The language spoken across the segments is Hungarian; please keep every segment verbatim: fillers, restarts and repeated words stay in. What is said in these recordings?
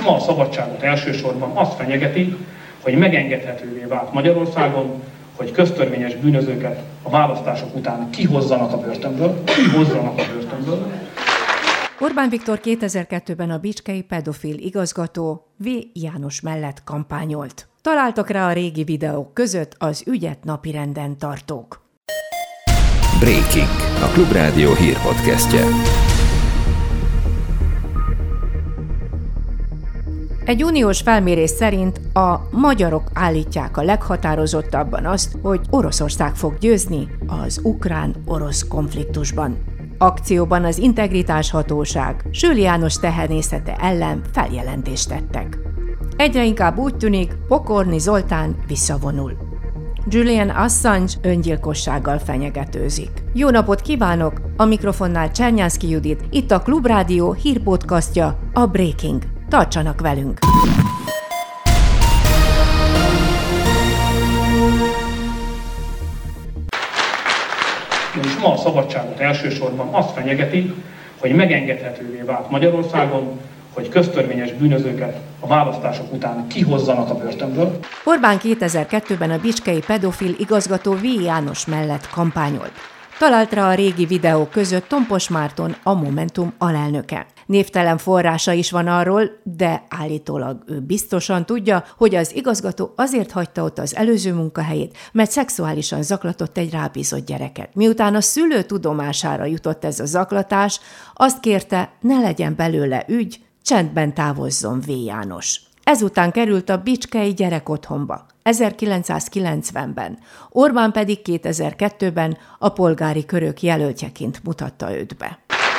ma a szabadságot elsősorban azt fenyegeti, hogy megengedhetővé vált Magyarországon, hogy köztörvényes bűnözőket a választások után kihozzanak a börtönből, kihozzanak a börtönből. Orbán Viktor kétezer-kettőben a bicskei pedofil igazgató V. János mellett kampányolt. Találtak rá a régi videók között az ügyet napirenden tartók. Breaking, a Klubrádió hírpodcastje. Egy uniós felmérés szerint a magyarok állítják a leghatározottabban azt, hogy Oroszország fog győzni az ukrán-orosz konfliktusban. Akcióban az Integritás Hatóság Sőli János tehenészete ellen feljelentést tettek. Egyre inkább úgy tűnik, Pokorni Zoltán visszavonul. Julian Assange öngyilkossággal fenyegetőzik. Jó napot kívánok! A mikrofonnál Csernyánszky Judit, itt a Klubrádió hírpodcastja, a Breaking. Tartsanak velünk! És ma a szabadságot elsősorban azt fenyegeti, hogy megengedhetővé vált Magyarországon, hogy köztörvényes bűnözőket a választások után kihozzanak a börtönből. Orbán kétezer-kettőben a bicskei pedofil igazgató V. János mellett kampányolt. Talált rá a régi videók között Tompos Márton, a Momentum alelnöke. Névtelen forrása is van arról, de állítólag ő biztosan tudja, hogy az igazgató azért hagyta ott az előző munkahelyét, mert szexuálisan zaklatott egy rábízott gyereket. Miután a szülő tudomására jutott ez a zaklatás, azt kérte, ne legyen belőle ügy, csendben távozzon V. János. Ezután került a bicskei gyerekotthonba, ezerkilencszázkilencvenben, Orbán pedig kétezer-kettőben a polgári körök jelöltjeként mutatta őt be.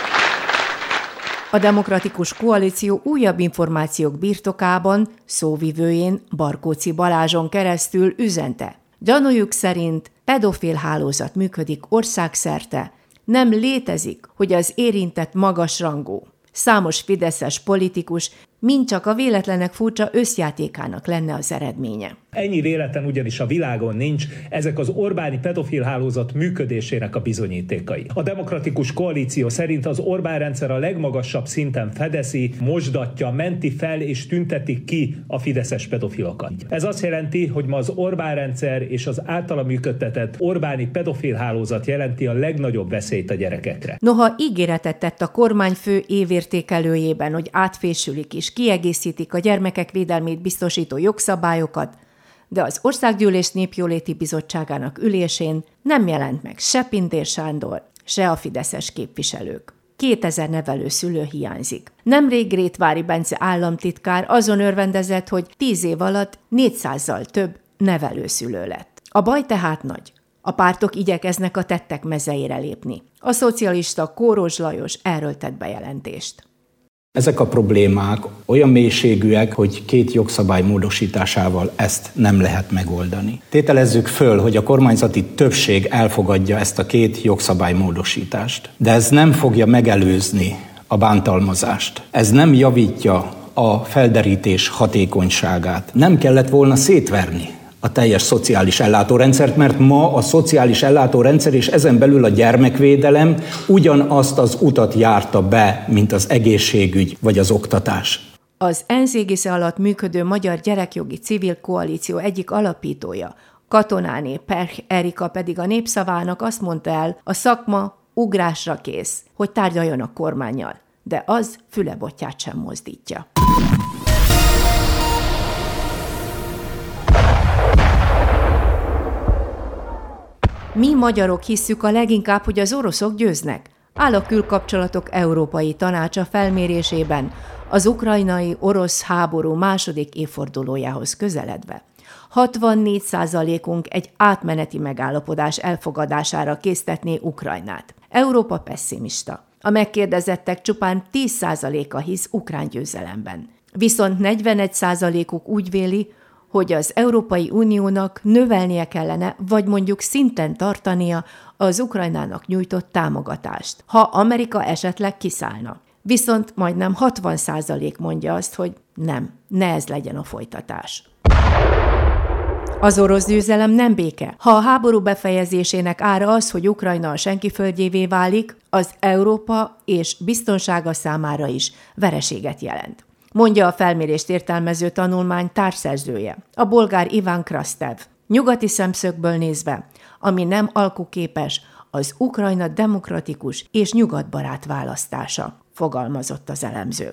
A Demokratikus Koalíció újabb információk birtokában szóvivőjén Barkóczy Balázson keresztül üzente. Gyanújuk szerint pedofil hálózat működik országszerte, nem létezik, hogy az érintett magasrangú, számos fideszes politikus mind csak a véletlenek furcsa összjátékának lenne az eredménye. Ennyi véletlen ugyanis a világon nincs, ezek az Orbáni pedofil hálózat működésének a bizonyítékai. A Demokratikus Koalíció szerint az Orbán rendszer a legmagasabb szinten fedezi, mosdatja, menti fel és tünteti ki a fideszes pedofilokat. Ez azt jelenti, hogy ma az Orbán rendszer és az általa működtetett Orbáni pedofil hálózat jelenti a legnagyobb veszélyt a gyerekekre. Noha ígéretet tett a kormányfő évértékelőjében, hogy átfésülik és kiegészítik a gyermekek védelmét biztosító jogszabályokat, de az Országgyűlés Népjóléti Bizottságának ülésén nem jelent meg se Pintér Sándor, se a fideszes képviselők. kétezer nevelőszülő hiányzik. Nemrég Rétvári Bence államtitkár azon örvendezett, hogy tíz év alatt négyszázzal több nevelőszülő lett. A baj tehát nagy. A pártok igyekeznek a tettek mezeire lépni. A szocialista Kóros Lajos erről tett bejelentést. Ezek a problémák olyan mélységűek, hogy két jogszabály módosításával ezt nem lehet megoldani. Tételezzük föl, hogy a kormányzati többség elfogadja ezt a két jogszabály módosítást, de ez nem fogja megelőzni a bántalmazást. Ez nem javítja a felderítés hatékonyságát. Nem kellett volna szétverni a teljes szociális ellátórendszert, mert ma a szociális ellátórendszer és ezen belül a gyermekvédelem ugyanazt az utat járta be, mint az egészségügy vagy az oktatás. Az ENSZ égisze alatt működő Magyar Gyerekjogi Civil Koalíció egyik alapítója, Katonáné Perch Erika pedig a Népszavának azt mondta el, a szakma ugrásra kész, hogy tárgyaljon a kormánnyal, de az fülebotját sem mozdítja. Mi magyarok hisszük a leginkább, hogy az oroszok győznek, áll a Külkapcsolatok Európai Tanácsa felmérésében az ukrajnai-orosz háború második évfordulójához közeledve. hatvannégy százalékunk egy átmeneti megállapodás elfogadására késztetné Ukrajnát. Európa pesszimista. A megkérdezettek csupán tíz százaléka hisz ukrán győzelemben. Viszont negyvenegy százalékuk úgy véli, hogy az Európai Uniónak növelnie kellene, vagy mondjuk szinten tartania az Ukrajnának nyújtott támogatást, ha Amerika esetleg kiszállna. Viszont majdnem hatvan százalék mondja azt, hogy nem, ne ez legyen a folytatás. Az orosz győzelem nem béke. Ha a háború befejezésének ára az, hogy Ukrajna a senki földjévé válik, az Európa és biztonsága számára is vereséget jelent. mondja a felmérést értelmező tanulmány társszerzője, a bolgár Iván Krastev. Nyugati szemszögből nézve, ami nem alkuképes, az Ukrajna demokratikus és nyugatbarát választása, fogalmazott az elemző.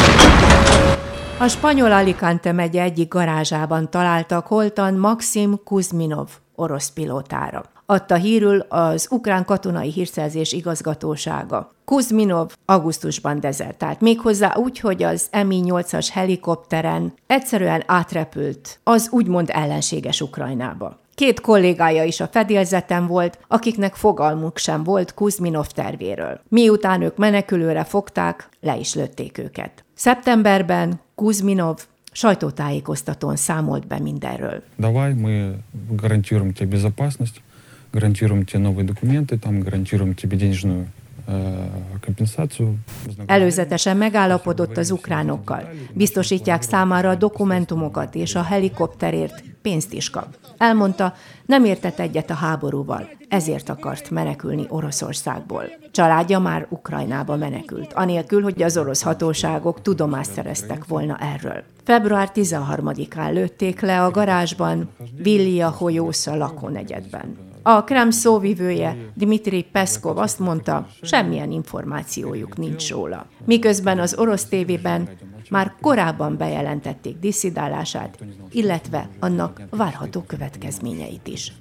A spanyol Alicante megye egyik garázsában találtak holtan Maxim Kuzminov orosz pilótára. Adta hírül az ukrán katonai hírszerzés igazgatósága. Kuzminov augusztusban dezertált, méghozzá úgy, hogy az em i nyolcas helikopteren egyszerűen átrepült az úgymond ellenséges Ukrajnába. Két kollégája is a fedélzeten volt, akiknek fogalmuk sem volt Kuzminov tervéről. Miután ők menekülőre fogták, le is lőtték őket. Szeptemberben Kuzminov sajtótájékoztatón számolt be mindenről. Давай, мы гарантируем тебе безопасность, гарантируем тебе новые документы, там гарантируем тебе денежную kompenzáció. Előzetesen megállapodott az ukránokkal. Biztosítják számára a dokumentumokat, és a helikopterért pénzt is kap. Elmondta, nem értett egyet a háborúval, ezért akart menekülni Oroszországból. Családja már Ukrajnába menekült, anélkül, hogy az orosz hatóságok tudomást szereztek volna erről. február tizenharmadikán lőtték le a garázsban, Vilja-Hojosza lakónegyedben. A Kreml szóvivője, Dmitri Peszkov azt mondta, semmilyen információjuk nincs róla. Miközben az orosz tévében már korábban bejelentették disszidálását, illetve annak várható következményeit is.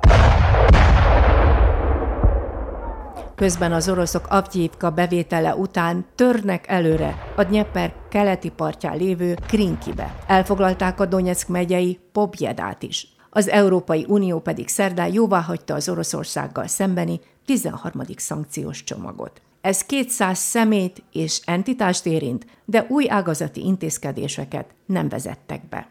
Közben az oroszok Avdyivka bevétele után törnek előre a Dnyeper keleti partján lévő Krinkibe. Elfoglalták a Donyeck megyei Pobjedát is. Az Európai Unió pedig szerdán jóváhagyta az Oroszországgal szembeni tizenharmadik szankciós csomagot. Ez kétszáz személyt és entitást érint, de új ágazati intézkedéseket nem vezettek be.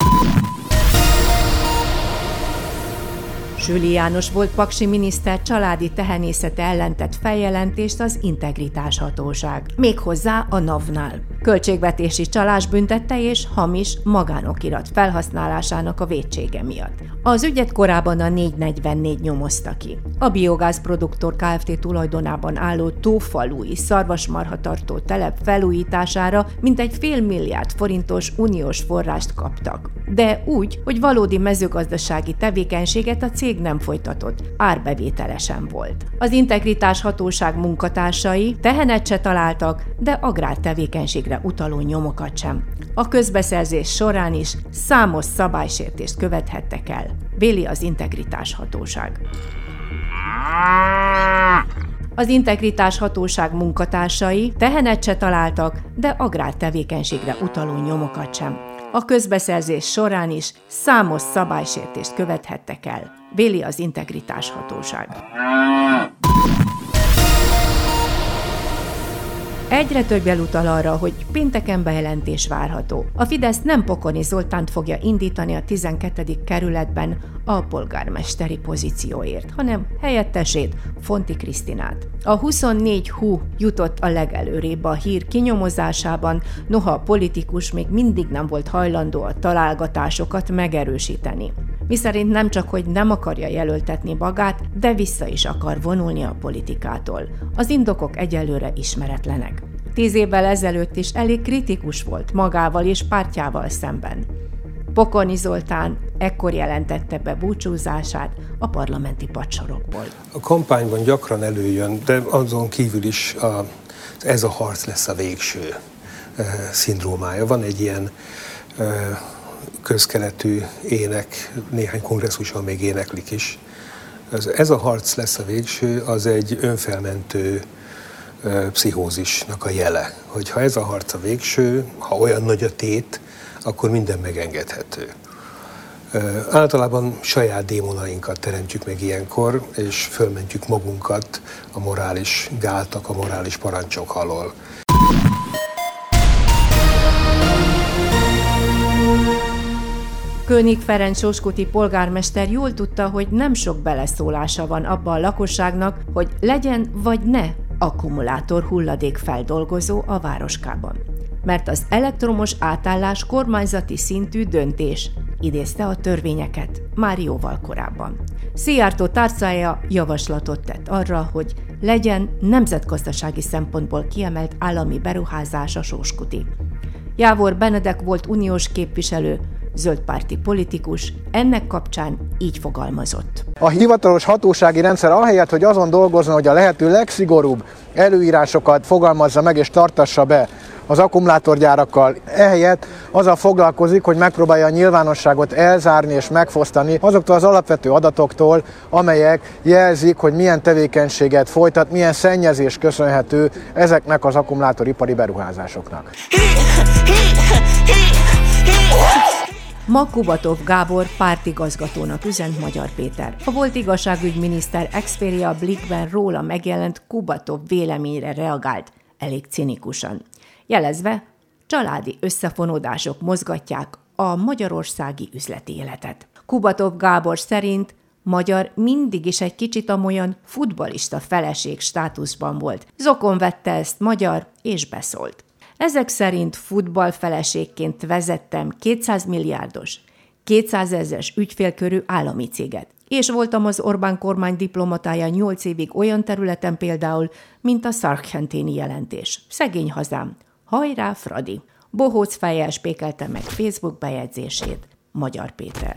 Süli János volt paksi miniszter családi tehenészete ellen tett feljelentést az Integritás Hatóság, méghozzá a NAV-nál. Költségvetési csalás büntette és hamis magánokirat felhasználásának a vétsége miatt. Az ügyet korábban a négyszáznegyvennégy nyomozta ki. A Biogázproduktor Kft. Tulajdonában álló tófalui szarvasmarhatartó telep felújítására mintegy fél milliárd forintos uniós forrást kaptak. De úgy, hogy valódi mezőgazdasági tevékenységet a cég nem folytatott, árbevétele sem volt. Az Integritás Hatóság munkatársai tehenet se találtak, de agrártevékenységre utaló nyomokat sem. A közbeszerzés során is számos szabálysértést követhettek el, véli az Integritás Hatóság. Az Integritás Hatóság munkatársai tehenet se találtak, de agrártevékenységre utaló nyomokat sem. A közbeszerzés során is számos szabálysértést követhettek el, véli az Integritás Hatóság. Egyre több jel utal arra, hogy pénteken bejelentés várható. A Fidesz nem Pokorni Zoltánt fogja indítani a tizenkettedik kerületben a polgármesteri pozícióért, hanem helyettesét, Fonti Krisztinát. A huszonnégy hú jutott a legelőrébb a hír kinyomozásában, noha a politikus még mindig nem volt hajlandó a találgatásokat megerősíteni. Miszerint nem csak, hogy nem akarja jelöltetni magát, de vissza is akar vonulni a politikától. Az indokok egyelőre ismeretlenek. Tíz évvel ezelőtt is elég kritikus volt magával és pártjával szemben. Pokorni Zoltán ekkor jelentette be búcsúzását a parlamenti padsorokból. A kampányban gyakran előjön, de azon kívül is a, ez a harc lesz a végső e, szindrómája. Van egy ilyen e, közkeletű ének, néhány kongresszuson még éneklik is. Ez, ez a harc lesz a végső, az egy önfelmentő e, pszichózisnak a jele. Hogyha ez a harc a végső, ha olyan nagy a tét, akkor minden megengedhető. E, általában saját démonainkat teremtjük meg ilyenkor, és fölmentjük magunkat a morális gátak, a morális parancsok alól. König Ferenc sóskuti polgármester jól tudta, hogy nem sok beleszólása van abba a lakosságnak, hogy legyen vagy ne akkumulátor hulladékfeldolgozó a városkában. Mert az elektromos átállás kormányzati szintű döntés, idézte a törvényeket már jóval korábban. Szijjártó tárcája javaslatot tett arra, hogy legyen nemzetgazdasági szempontból kiemelt állami beruházás a sóskuti. Jávor Benedek volt uniós képviselő, zöldpárti politikus, ennek kapcsán így fogalmazott. A hivatalos hatósági rendszer ahelyett, hogy azon dolgozna, hogy a lehető legszigorúbb előírásokat fogalmazza meg és tartassa be az akkumulátorgyárakkal, ehelyett azzal foglalkozik, hogy megpróbálja a nyilvánosságot elzárni és megfosztani azoktól az alapvető adatoktól, amelyek jelzik, hogy milyen tevékenységet folytat, milyen szennyezés köszönhető ezeknek az akkumulátoripari beruházásoknak. Ma Kubatov Gábor pártigazgatónak üzent Magyar Péter. A volt igazságügyminiszter Experia a Blikben róla megjelent Kubatov véleményre reagált, elég cinikusan. Jelezve, családi összefonódások mozgatják a magyarországi üzleti életet. Kubatov Gábor szerint Magyar mindig is egy kicsit amolyan futballista feleség státuszban volt. Zokon vette ezt Magyar, és beszólt. Ezek szerint futballfeleségként vezettem kétszáz milliárdos, kétszázezres ügyfélkörű állami céget, és voltam az Orbán kormány diplomatája nyolc évig olyan területen például, mint a Sargentini jelentés. Szegény hazám. Hajrá, Fradi! Bohóc fejjel spékelte meg Facebook bejegyzését Magyar Péter.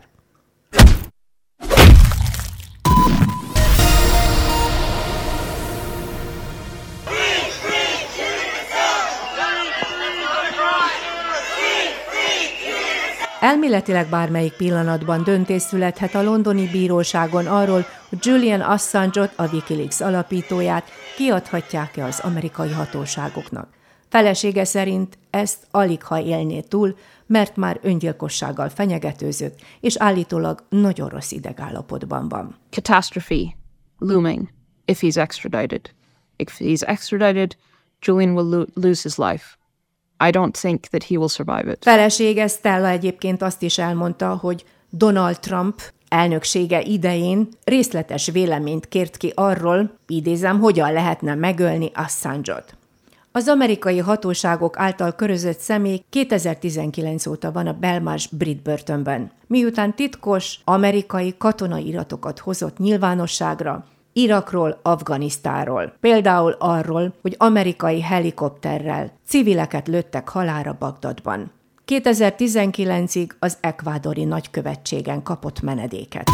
Elméletileg bármelyik pillanatban döntés születhet a londoni bíróságon arról, hogy Julian Assange-ot, a Wikileaks alapítóját kiadhatják-e az amerikai hatóságoknak. Felesége szerint ezt aligha élné túl, mert már öngyilkossággal fenyegetőzött, és állítólag nagyon rossz idegállapotban van. Catastrophe looming if he's extradited. If he's extradited, Julian will lo- lose his life. I don't think that he will survive it. Felesége Stella egyébként azt is elmondta, hogy Donald Trump elnöksége idején részletes véleményt kért ki arról, idézem, hogyan lehetne megölni Assange-ot. Az amerikai hatóságok által körözött személy kétezer-tizenkilenc óta van a Belmarsh brit börtönben. Miután titkos amerikai katonai iratokat hozott nyilvánosságra, Irakról, Afganisztánról. Például arról, hogy amerikai helikopterrel civileket lőttek halálra Bagdadban. kétezer-tizenkilencig az ekvádori nagykövetségen kapott menedéket.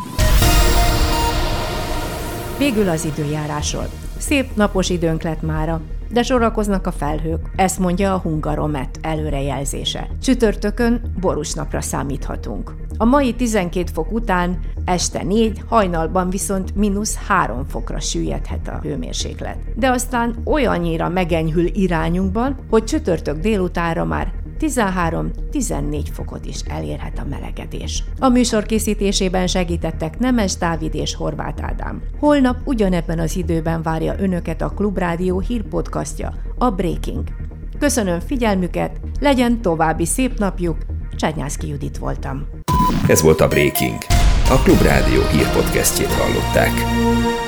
Végül az időjárásról. Szép napos időnk lett mára, de sorakoznak a felhők, ezt mondja a Hungaromet előrejelzése. Csütörtökön borús napra számíthatunk. A mai tizenkét fok után este négy, hajnalban viszont mínusz három fokra süllyedhet a hőmérséklet. De aztán olyannyira megenyhül irányunkban, hogy csütörtök délutánra már tizenhárom-tizennégy fokot is elérhet a melegedés. A műsor készítésében segítettek Nemes Dávid és Horváth Ádám. Holnap ugyanebben az időben várja önöket a Klubrádió hírpodcastja, a Breaking. Köszönöm figyelmüket, legyen további szép napjuk, Csernyánszky Judit voltam. Ez volt a Breaking. A Klubrádió hírpodcastjét hallották.